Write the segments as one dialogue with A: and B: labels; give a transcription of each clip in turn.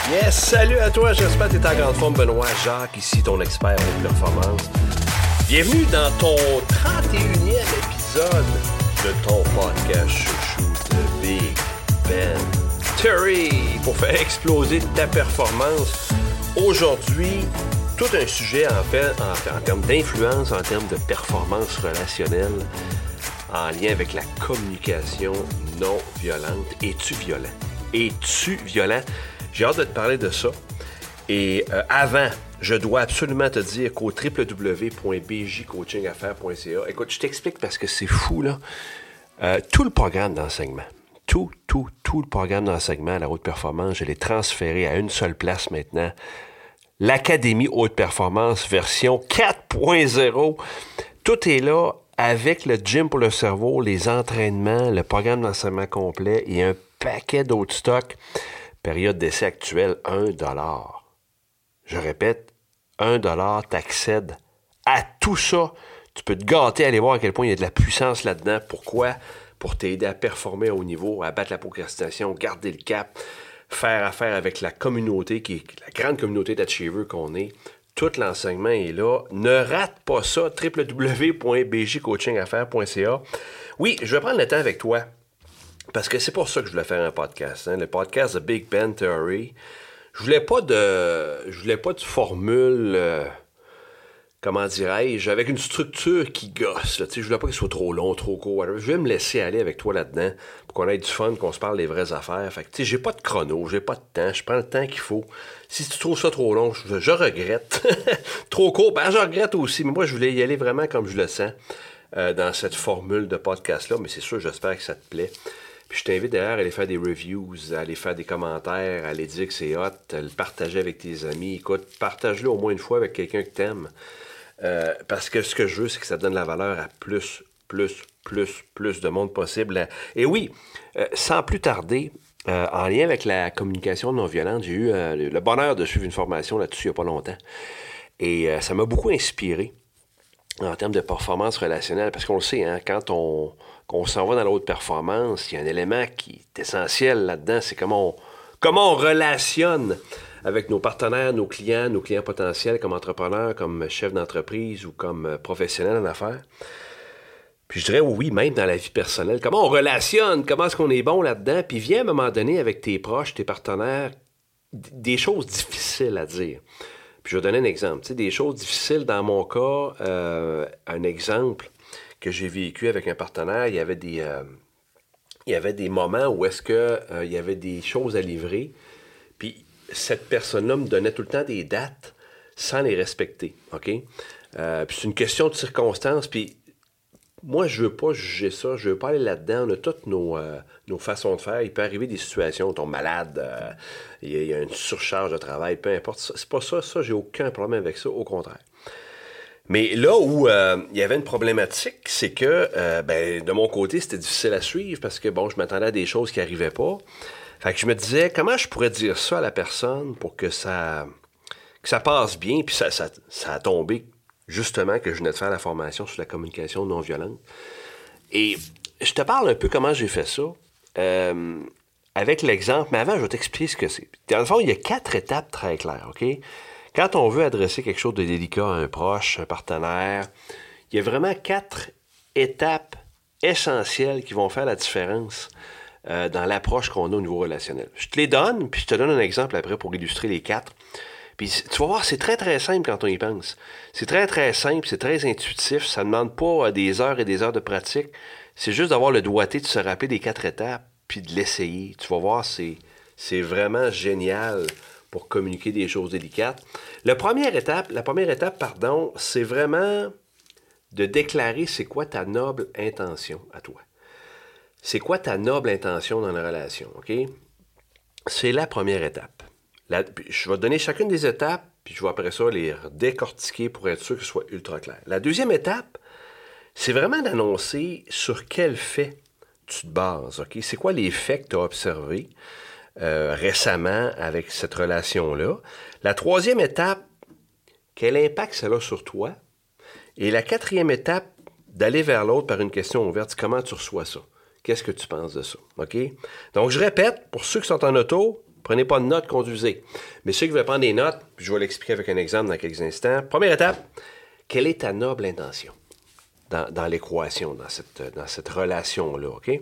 A: Yes, salut à toi, j'espère que tu es en grande forme. Benoît Jacques, ici ton expert en performance. Bienvenue dans ton 31e épisode de ton podcast chouchou de Big Ben Theory pour faire exploser ta performance. Aujourd'hui, tout un sujet en termes d'influence, en termes de performance relationnelle, en lien avec la communication non violente. Es-tu violent? Es-tu violent? J'ai hâte de te parler de ça. Et avant, je dois absolument te dire qu'au www.bjcoachingaffaires.ca, écoute, je t'explique parce que c'est fou, là. Tout le programme d'enseignement, tout le programme d'enseignement à la haute performance, je l'ai transféré à une seule place maintenant. L'Académie Haute Performance version 4.0. Tout est là avec le gym pour le cerveau, les entraînements, le programme d'enseignement complet et un paquet d'autres stocks. Période d'essai actuelle, $1. Je répète, $1, t'accèdes à tout ça. Tu peux te gâter, aller voir à quel point il y a de la puissance là-dedans. Pourquoi? Pour t'aider à performer à haut niveau, à battre la procrastination, garder le cap, faire affaire avec la communauté, qui est la grande communauté d'achievers qu'on est. Tout l'enseignement est là. Ne rate pas ça, www.bjcoachingaffaires.ca. Oui, je vais prendre le temps avec toi. Parce que c'est pour ça que je voulais faire un podcast, le podcast de Big Ben Theory. Je voulais pas de formule, comment dirais-je, avec une structure qui gosse. Là, je voulais pas qu'il soit trop long, trop court. Je vais me laisser aller avec toi là-dedans pour qu'on ait du fun, qu'on se parle des vraies affaires. Fait que j'ai pas de chrono, j'ai pas de temps. Je prends le temps qu'il faut. Si tu trouves ça trop long, je regrette. Trop court, je regrette aussi. Mais moi, je voulais y aller vraiment comme je le sens dans cette formule de podcast-là. Mais c'est sûr, j'espère que ça te plaît. Puis je t'invite d'ailleurs à aller faire des reviews, à aller faire des commentaires, à aller dire que c'est hot, à le partager avec tes amis. Écoute, partage-le au moins une fois avec quelqu'un que t'aimes. Parce que ce que je veux, c'est que ça donne la valeur à plus de monde possible. Et oui, sans plus tarder, en lien avec la communication non violente, j'ai eu le bonheur de suivre une formation là-dessus il n'y a pas longtemps. Et ça m'a beaucoup inspiré en termes de performance relationnelle. Parce qu'on le sait, quand on s'en va dans la haute performance, il y a un élément qui est essentiel là-dedans, c'est comment on relationne avec nos partenaires, nos clients potentiels comme entrepreneurs, comme chefs d'entreprise ou comme professionnels en affaires. Puis je dirais oui, même dans la vie personnelle. Comment on relationne, comment est-ce qu'on est bon là-dedans, puis vient à un moment donné avec tes proches, tes partenaires, des choses difficiles à dire. Puis je vais donner un exemple. Tu sais, des choses difficiles dans mon cas, un exemple que j'ai vécu avec un partenaire, il y avait des moments où est-ce que il y avait des choses à livrer, puis cette personne-là me donnait tout le temps des dates sans les respecter, OK? Puis c'est une question de circonstance, puis moi, je veux pas juger ça, je veux pas aller là-dedans, on a toutes nos façons de faire, il peut arriver des situations où on est malade, il y a une surcharge de travail, peu importe, c'est pas ça, j'ai aucun problème avec ça, au contraire. Mais là où il y avait une problématique, c'est que, de mon côté, c'était difficile à suivre parce que, je m'attendais à des choses qui n'arrivaient pas. Fait que je me disais, comment je pourrais dire ça à la personne pour que ça passe bien? Puis ça a tombé, justement, que je venais de faire la formation sur la communication non violente. Et je te parle un peu comment j'ai fait ça, avec l'exemple, mais avant, je vais t'expliquer ce que c'est. Dans le fond, il y a 4 étapes très claires, OK? Quand on veut adresser quelque chose de délicat à un proche, un partenaire, il y a vraiment 4 étapes essentielles qui vont faire la différence dans l'approche qu'on a au niveau relationnel. Je te les donne, puis je te donne un exemple après pour illustrer les 4. Puis tu vas voir, c'est très, très simple quand on y pense. C'est très, très simple, c'est très intuitif, ça ne demande pas des heures et des heures de pratique. C'est juste d'avoir le doigté de se rappeler des 4 étapes, puis de l'essayer. Tu vas voir, c'est vraiment génial pour communiquer des choses délicates. La première étape, c'est vraiment de déclarer c'est quoi ta noble intention à toi. C'est quoi ta noble intention dans la relation, OK? C'est la première étape. Je vais te donner chacune des étapes, puis je vais après ça les décortiquer pour être sûr que ce soit ultra clair. La deuxième étape, c'est vraiment d'annoncer sur quel fait tu te bases, OK? C'est quoi les faits que tu as observés récemment avec cette relation-là. La troisième étape, quel impact ça a sur toi? Et la quatrième étape, d'aller vers l'autre par une question ouverte. Comment tu reçois ça? Qu'est-ce que tu penses de ça? OK? Donc, je répète, pour ceux qui sont en auto, Prenez pas de notes, conduisez. Mais ceux qui veulent prendre des notes, puis je vais l'expliquer avec un exemple dans quelques instants. Première étape, quelle est ta noble intention dans l'équation, dans cette relation-là, OK?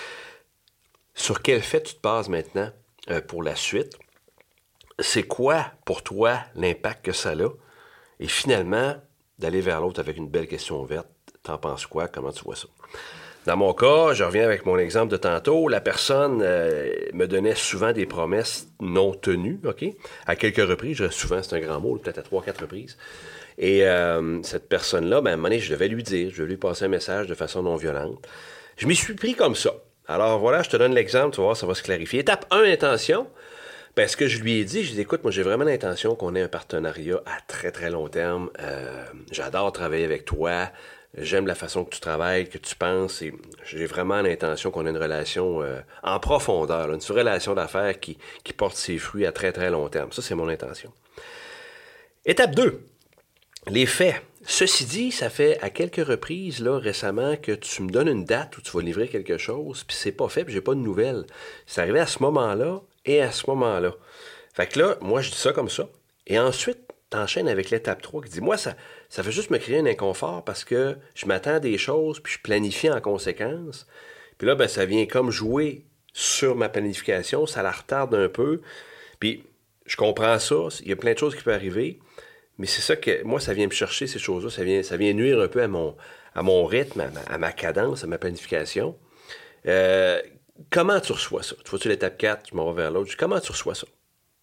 A: Sur quel fait tu te bases maintenant pour la suite? C'est quoi, pour toi, l'impact que ça a? Et finalement, d'aller vers l'autre avec une belle question ouverte. T'en penses quoi? Comment tu vois ça? Dans mon cas, je reviens avec mon exemple de tantôt. La personne me donnait souvent des promesses non tenues, OK? À quelques reprises. Souvent, c'est un grand mot, peut-être à 3-4 reprises. Et cette personne-là, à un moment donné, je devais lui dire, je devais lui passer un message de façon non violente. Je m'y suis pris comme ça. Alors voilà, je te donne l'exemple, tu vas voir, ça va se clarifier. Étape 1, intention. Ce que je lui ai dit, écoute, moi j'ai vraiment l'intention qu'on ait un partenariat à très très long terme. J'adore travailler avec toi. J'aime la façon que tu travailles, que tu penses. Et j'ai vraiment l'intention qu'on ait une relation en profondeur, une relation d'affaires qui porte ses fruits à très très long terme. Ça, c'est mon intention. Étape 2, les faits. Ceci dit, ça fait à quelques reprises là, récemment que tu me donnes une date où tu vas livrer quelque chose, puis c'est pas fait, puis j'ai pas de nouvelles. C'est arrivé à ce moment-là et à ce moment-là. Fait que là, moi, je dis ça comme ça. Et ensuite, t'enchaînes avec l'étape 3 qui dit, moi, ça fait juste me créer un inconfort parce que je m'attends à des choses, puis je planifie en conséquence. Puis là, ça vient comme jouer sur ma planification, ça la retarde un peu. Puis je comprends ça, il y a plein de choses qui peuvent arriver. Mais c'est ça que, moi, ça vient me chercher, ces choses-là. Ça vient nuire un peu à mon rythme, à ma cadence, à ma planification. Comment tu reçois ça? Tu vois-tu l'étape 4, je m'en vais vers l'autre. Comment tu reçois ça?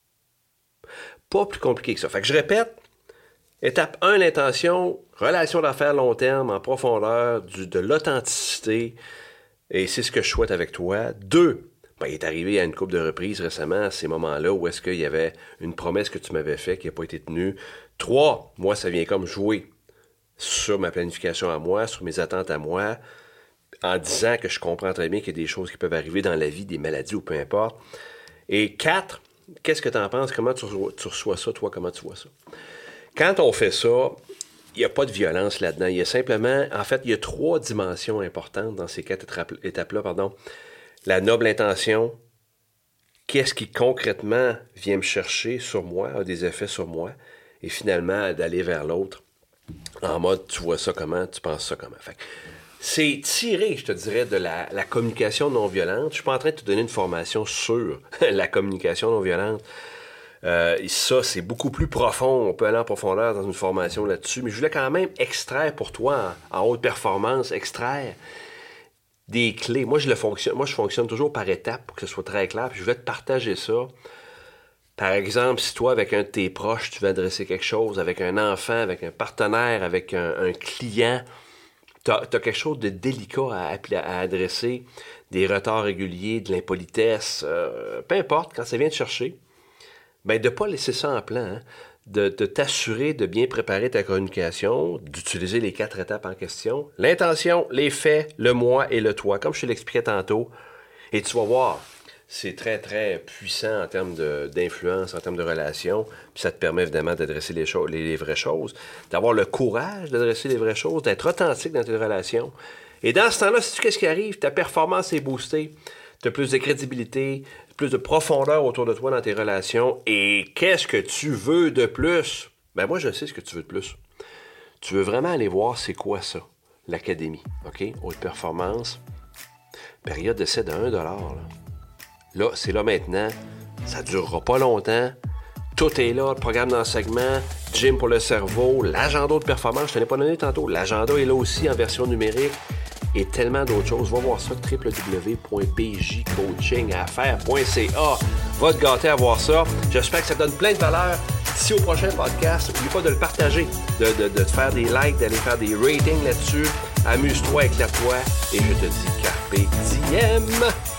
A: Pas plus compliqué que ça. Fait que je répète, étape 1, l'intention, relation d'affaires long terme, en profondeur, de l'authenticité. Et c'est ce que je souhaite avec toi. 2, il est arrivé à une couple de reprises récemment, à ces moments-là, où est-ce qu'il y avait une promesse que tu m'avais faite qui n'a pas été tenue. 3, moi, ça vient comme jouer sur ma planification à moi, sur mes attentes à moi, en disant que je comprends très bien qu'il y a des choses qui peuvent arriver dans la vie, des maladies ou peu importe. Et 4, qu'est-ce que tu en penses? Comment tu reçois ça, toi? Comment tu vois ça? Quand on fait ça, il n'y a pas de violence là-dedans. Il y a simplement, en fait, il y a 3 dimensions importantes dans ces 4 étapes-là, La noble intention, qu'est-ce qui concrètement vient me chercher sur moi, a des effets sur moi, et finalement d'aller vers l'autre en mode tu vois ça comment, tu penses ça comment. Fait que c'est tiré, je te dirais, de la communication non violente. Je ne suis pas en train de te donner une formation sur la communication non violente. Ça, c'est beaucoup plus profond. On peut aller en profondeur dans une formation là-dessus, mais je voulais quand même extraire pour toi, en haute performance, extraire des clés. Moi, je fonctionne toujours par étapes pour que ce soit très clair. Puis je vais te partager ça. Par exemple, si toi, avec un de tes proches, tu veux adresser quelque chose, avec un enfant, avec un partenaire, avec un client, tu as quelque chose de délicat à adresser, des retards réguliers, de l'impolitesse, peu importe, quand ça vient te chercher, de ne pas laisser ça en plan, hein, de t'assurer de bien préparer ta communication, d'utiliser les 4 étapes en question, l'intention, les faits, le moi et le toi, comme je te l'expliquais tantôt, et tu vas voir, c'est très, très puissant en termes d'influence, en termes de relations, puis ça te permet évidemment d'adresser les vraies choses, d'avoir le courage d'adresser les vraies choses, d'être authentique dans tes relations. Et dans ce temps-là, sais-tu qu'est-ce qui arrive? Ta performance est boostée, tu as plus de crédibilité, plus de profondeur autour de toi dans tes relations. Et qu'est-ce que tu veux de plus? Moi, je sais ce que tu veux de plus. Tu veux vraiment aller voir c'est quoi ça, l'académie, OK? Haute performance, période d'essai de 1$, Là, c'est là maintenant. Ça ne durera pas longtemps. Tout est là, le programme d'enseignement, gym pour le cerveau, l'agenda de performance, je ne te l'ai pas donné tantôt. L'agenda est là aussi en version numérique et tellement d'autres choses. Va voir ça, www.bjcoachingaffaires.ca. Va te gâter à voir ça. J'espère que ça te donne plein de valeur. D'ici au prochain podcast, n'oublie pas de le partager, de te faire des likes, d'aller faire des ratings là-dessus. Amuse-toi, éclate-toi et je te dis carpe diem.